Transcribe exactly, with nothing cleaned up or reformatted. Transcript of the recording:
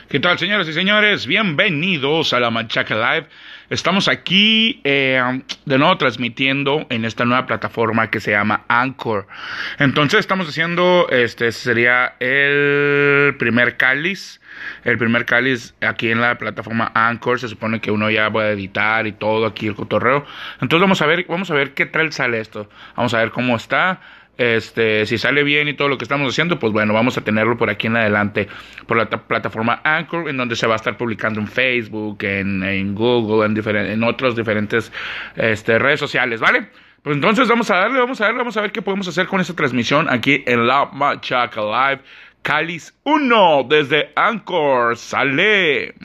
¿Qué tal, señoras y señores? Bienvenidos a la Machaca Live. Estamos aquí eh, de nuevo transmitiendo en esta nueva plataforma que se llama Anchor. Entonces estamos haciendo, este sería el primer cáliz. El primer cáliz aquí en la plataforma Anchor. Se supone que uno ya va a editar y todo aquí el cotorreo. Entonces vamos a ver, vamos a ver qué tal sale esto. Vamos a ver cómo está. Este, si sale bien y todo lo que estamos haciendo, pues bueno, vamos a tenerlo por aquí en adelante, por la plataforma Anchor, en donde se va a estar publicando en Facebook, en, en Google, en, diferentes, en otras diferentes este, redes sociales, ¿vale? Pues entonces vamos a darle, vamos a darle, vamos a ver qué podemos hacer con esta transmisión aquí en la Machaca Live, Cáliz uno, desde Anchor, sale.